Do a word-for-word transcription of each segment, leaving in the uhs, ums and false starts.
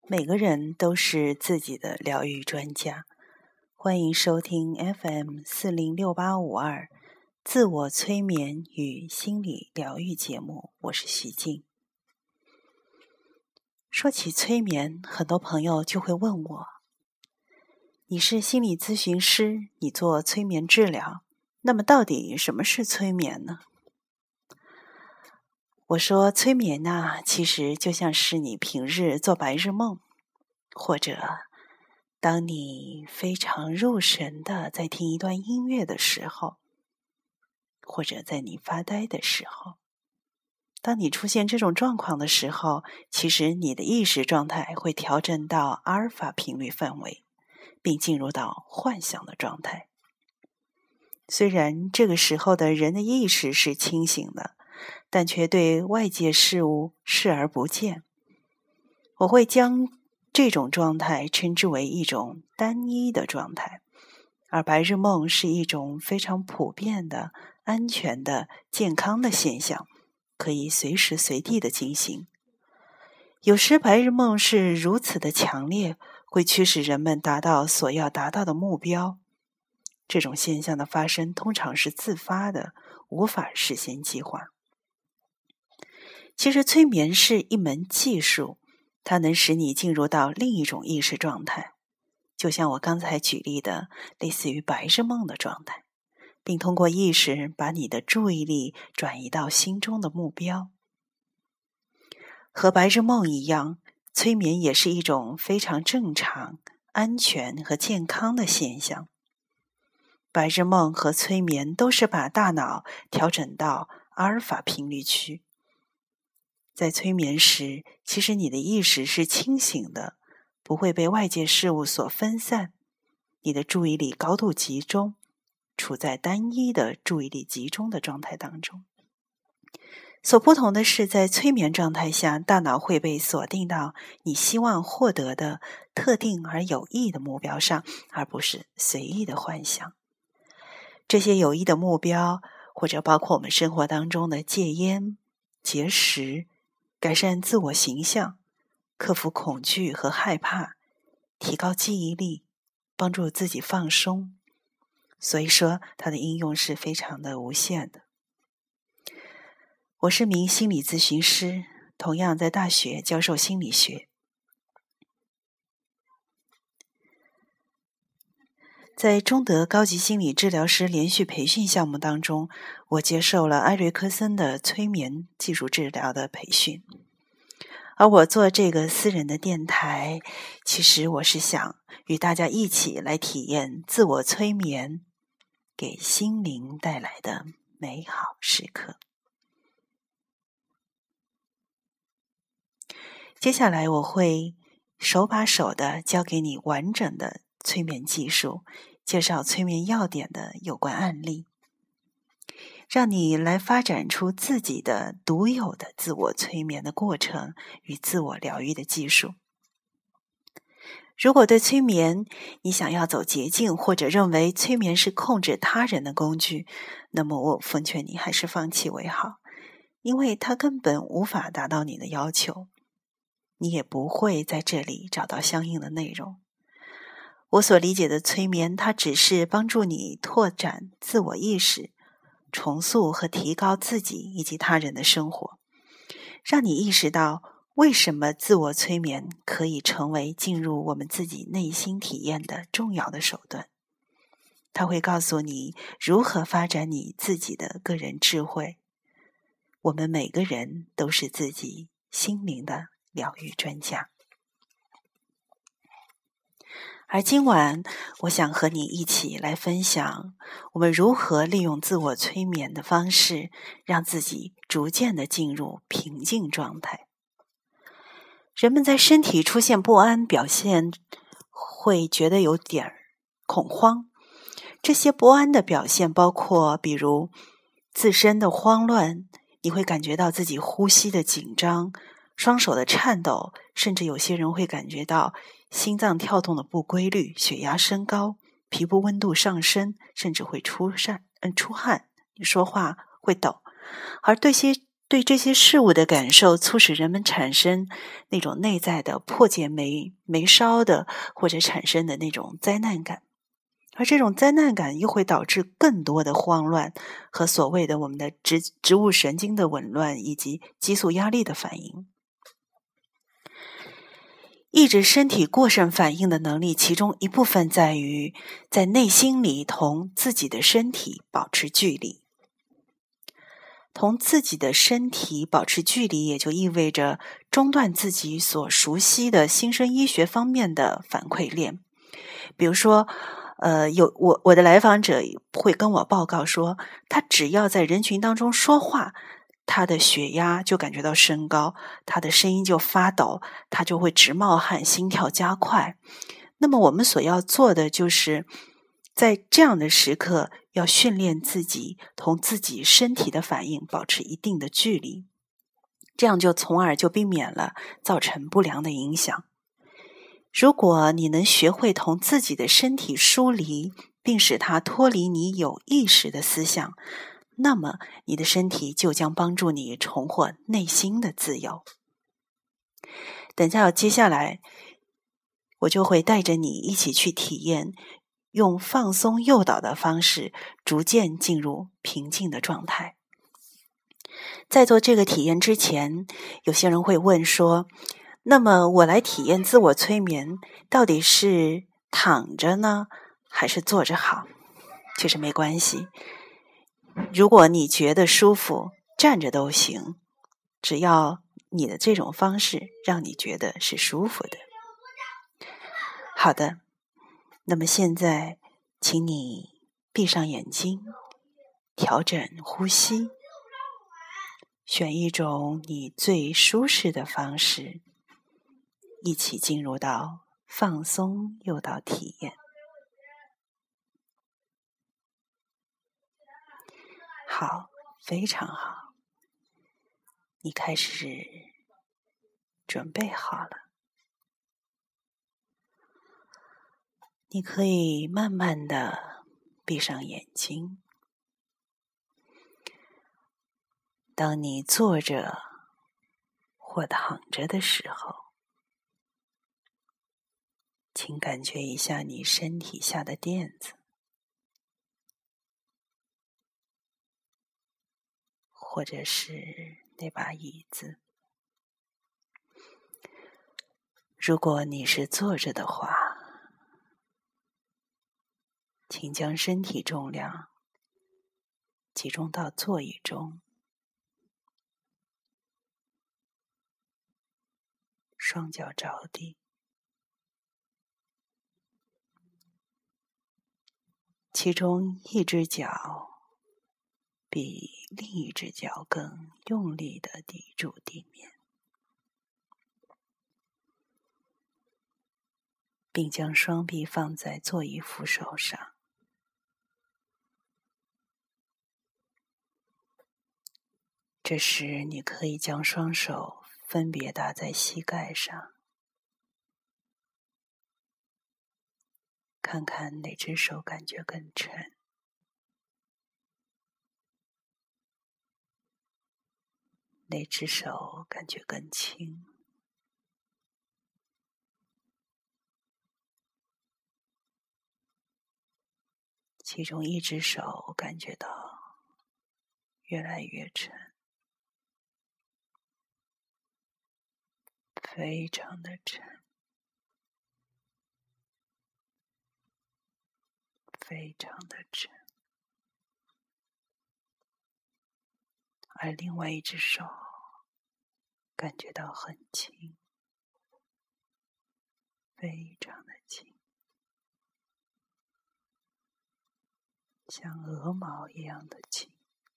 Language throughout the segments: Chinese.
每个人都是自己的疗愈专家。欢迎收听 F M 四零六八五二自我催眠与心理疗愈节目，我是徐静。说起催眠，很多朋友就会问我，你是心理咨询师，你做催眠治疗，那么到底什么是催眠呢？我说催眠呢，其实就像是你平日做白日梦，或者当你非常入神的在听一段音乐的时候，或者在你发呆的时候，当你出现这种状况的时候，其实你的意识状态会调整到阿尔法频率范围，并进入到幻想的状态。虽然这个时候的人的意识是清醒的，但却对外界事物视而不见。我会将这种状态称之为一种单一的状态，而白日梦是一种非常普遍的、安全的、健康的现象，可以随时随地的进行。有时白日梦是如此的强烈，会驱使人们达到所要达到的目标。这种现象的发生通常是自发的，无法事先计划。其实催眠是一门技术，它能使你进入到另一种意识状态，就像我刚才举例的类似于白日梦的状态，并通过意识把你的注意力转移到心中的目标。和白日梦一样，催眠也是一种非常正常、安全和健康的现象。白日梦和催眠都是把大脑调整到阿尔法频率区。在催眠时，其实你的意识是清醒的，不会被外界事物所分散，你的注意力高度集中，处在单一的注意力集中的状态当中。所不同的是，在催眠状态下，大脑会被锁定到你希望获得的特定而有益的目标上，而不是随意的幻想。这些有益的目标，或者包括我们生活当中的戒烟、节食、改善自我形象、克服恐惧和害怕、提高记忆力、帮助自己放松。所以说，它的应用是非常的无限的。我是名心理咨询师，同样在大学教授心理学。在中德高级心理治疗师连续培训项目当中，我接受了艾瑞克森的催眠技术治疗的培训。而我做这个私人的电台，其实我是想与大家一起来体验自我催眠给心灵带来的美好时刻。接下来我会手把手的教给你完整的催眠技术，介绍催眠要点的有关案例，让你来发展出自己的独有的自我催眠的过程与自我疗愈的技术。如果对催眠你想要走捷径，或者认为催眠是控制他人的工具，那么我奉劝你还是放弃为好，因为它根本无法达到你的要求，你也不会在这里找到相应的内容。我所理解的催眠，它只是帮助你拓展自我意识，重塑和提高自己以及他人的生活，让你意识到为什么自我催眠可以成为进入我们自己内心体验的重要的手段。它会告诉你如何发展你自己的个人智慧。我们每个人都是自己心灵的疗愈专家。而今晚，我想和你一起来分享我们如何利用自我催眠的方式，让自己逐渐的进入平静状态。人们在身体出现不安表现，会觉得有点恐慌。这些不安的表现包括，比如自身的慌乱，你会感觉到自己呼吸的紧张，双手的颤抖，甚至有些人会感觉到心脏跳动的不规律，血压升高，皮肤温度上升，甚至会出汗，嗯，出汗，你说话会抖。而对些对这些事物的感受，促使人们产生那种内在的破解没没烧的，或者产生的那种灾难感。而这种灾难感又会导致更多的慌乱和所谓的我们的植植物神经的紊乱以及激素压力的反应。抑制身体过剩反应的能力，其中一部分在于在内心里同自己的身体保持距离。同自己的身体保持距离，也就意味着中断自己所熟悉的新生医学方面的反馈链。比如说，呃，有我我的来访者会跟我报告说，他只要在人群当中说话，他的血压就感觉到升高，他的声音就发抖，他就会直冒汗，心跳加快。那么我们所要做的就是在这样的时刻要训练自己同自己身体的反应保持一定的距离，这样就从而就避免了造成不良的影响。如果你能学会同自己的身体疏离，并使它脱离你有意识的思想，那么你的身体就将帮助你重获内心的自由。等下接下来我就会带着你一起去体验，用放松诱导的方式逐渐进入平静的状态。在做这个体验之前，有些人会问说，那么我来体验自我催眠，到底是躺着呢，还是坐着好？其实没关系，如果你觉得舒服，站着都行，只要你的这种方式让你觉得是舒服的。好的，那么现在请你闭上眼睛，调整呼吸，选一种你最舒适的方式，一起进入到放松诱导体验。好，非常好，你开始准备好了。你可以慢慢的闭上眼睛。当你坐着或躺着的时候，请感觉一下你身体下的垫子，或者是那把椅子。如果你是坐着的话，请将身体重量集中到座椅中，双脚着地，其中一只脚比另一只脚更用力地抵住地面，并将双臂放在座椅扶手上。这时你可以将双手分别搭在膝盖上，看看哪只手感觉更沉，哪只手感觉更轻。其中一只手感觉到越来越沉，非常的沉，非常的沉，而另外一只手感觉到很轻，非常的轻，像鹅毛一样的轻，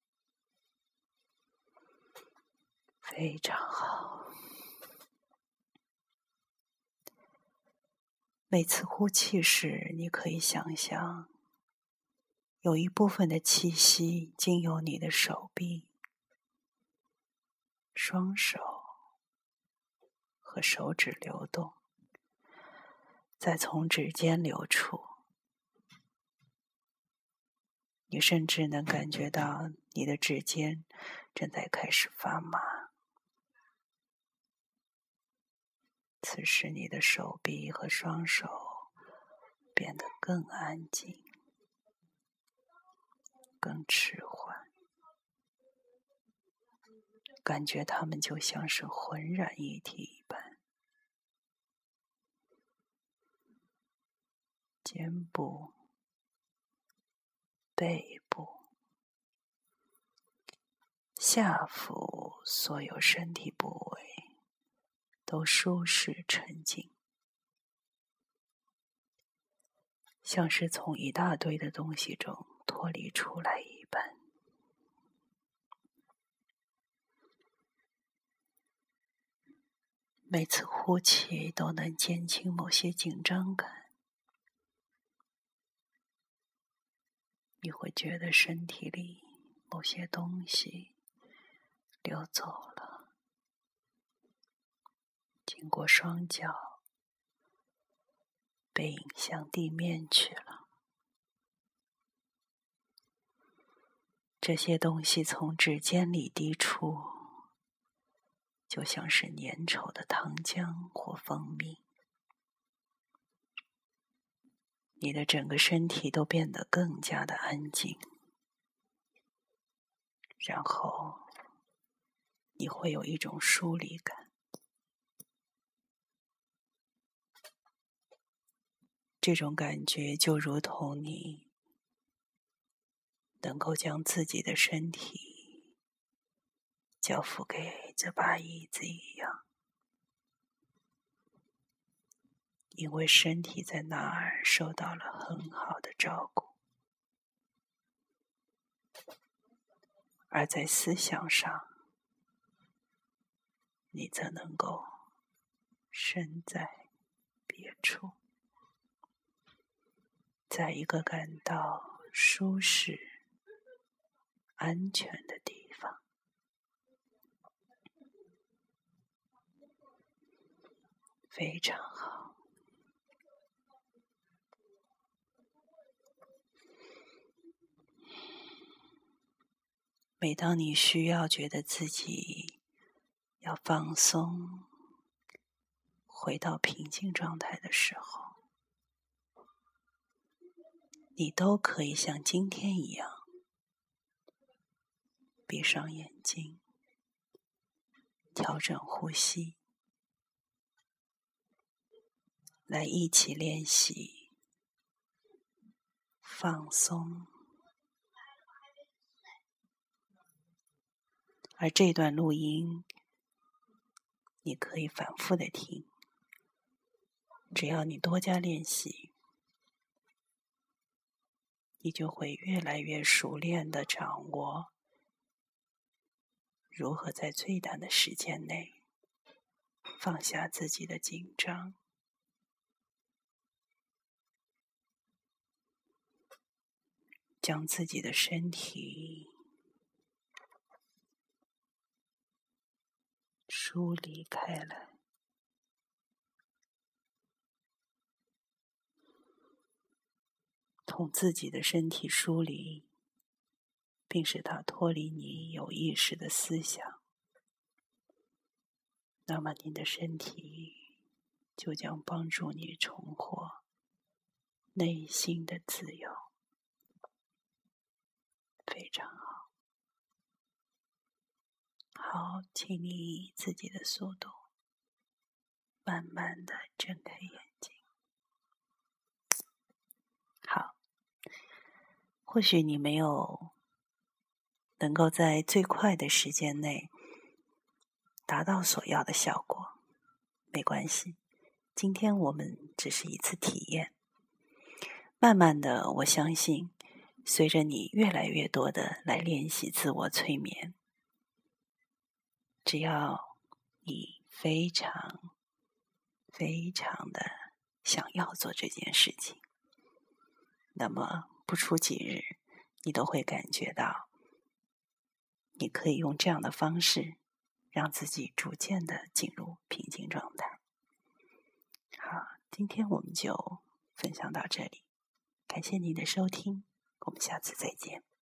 非常好。每次呼气时，你可以想象有一部分的气息经由你的手臂、双手和手指流动，再从指尖流出。你甚至能感觉到你的指尖正在开始发麻。此时你的手臂和双手变得更安静，更迟缓，感觉它们就像是浑然一体一般。肩部、背部、下腹所有身体部位都舒适沉静，像是从一大堆的东西中脱离出来一般。每次呼气都能减轻某些紧张感，你会觉得身体里某些东西流走了，经过双脚被引向地面去了。这些东西从指尖里滴出，就像是粘稠的糖浆或蜂蜜。你的整个身体都变得更加的安静，然后你会有一种疏离感。这种感觉就如同你能够将自己的身体交付给这把椅子一样，因为身体在那儿受到了很好的照顾，而在思想上，你则能够身在别处，在一个感到舒适、安全的地方。非常好。每当你需要觉得自己要放松，回到平静状态的时候，你都可以像今天一样，闭上眼睛，调整呼吸，来一起练习放松。而这段录音你可以反复的听，只要你多加练习，你就会越来越熟练地掌握如何在最短的时间内放下自己的紧张，将自己的身体梳理开来。同自己的身体疏离，并使它脱离你有意识的思想，那么你的身体就将帮助你重获内心的自由。非常好。好，请你以自己的速度慢慢的睁开眼睛。好，或许你没有能够在最快的时间内达到所要的效果，没关系，今天我们只是一次体验。慢慢的，我相信随着你越来越多的来练习自我催眠，只要你非常非常的想要做这件事情，那么不出几日，你都会感觉到你可以用这样的方式让自己逐渐的进入平静状态。好，今天我们就分享到这里，感谢您的收听，我们下次再见。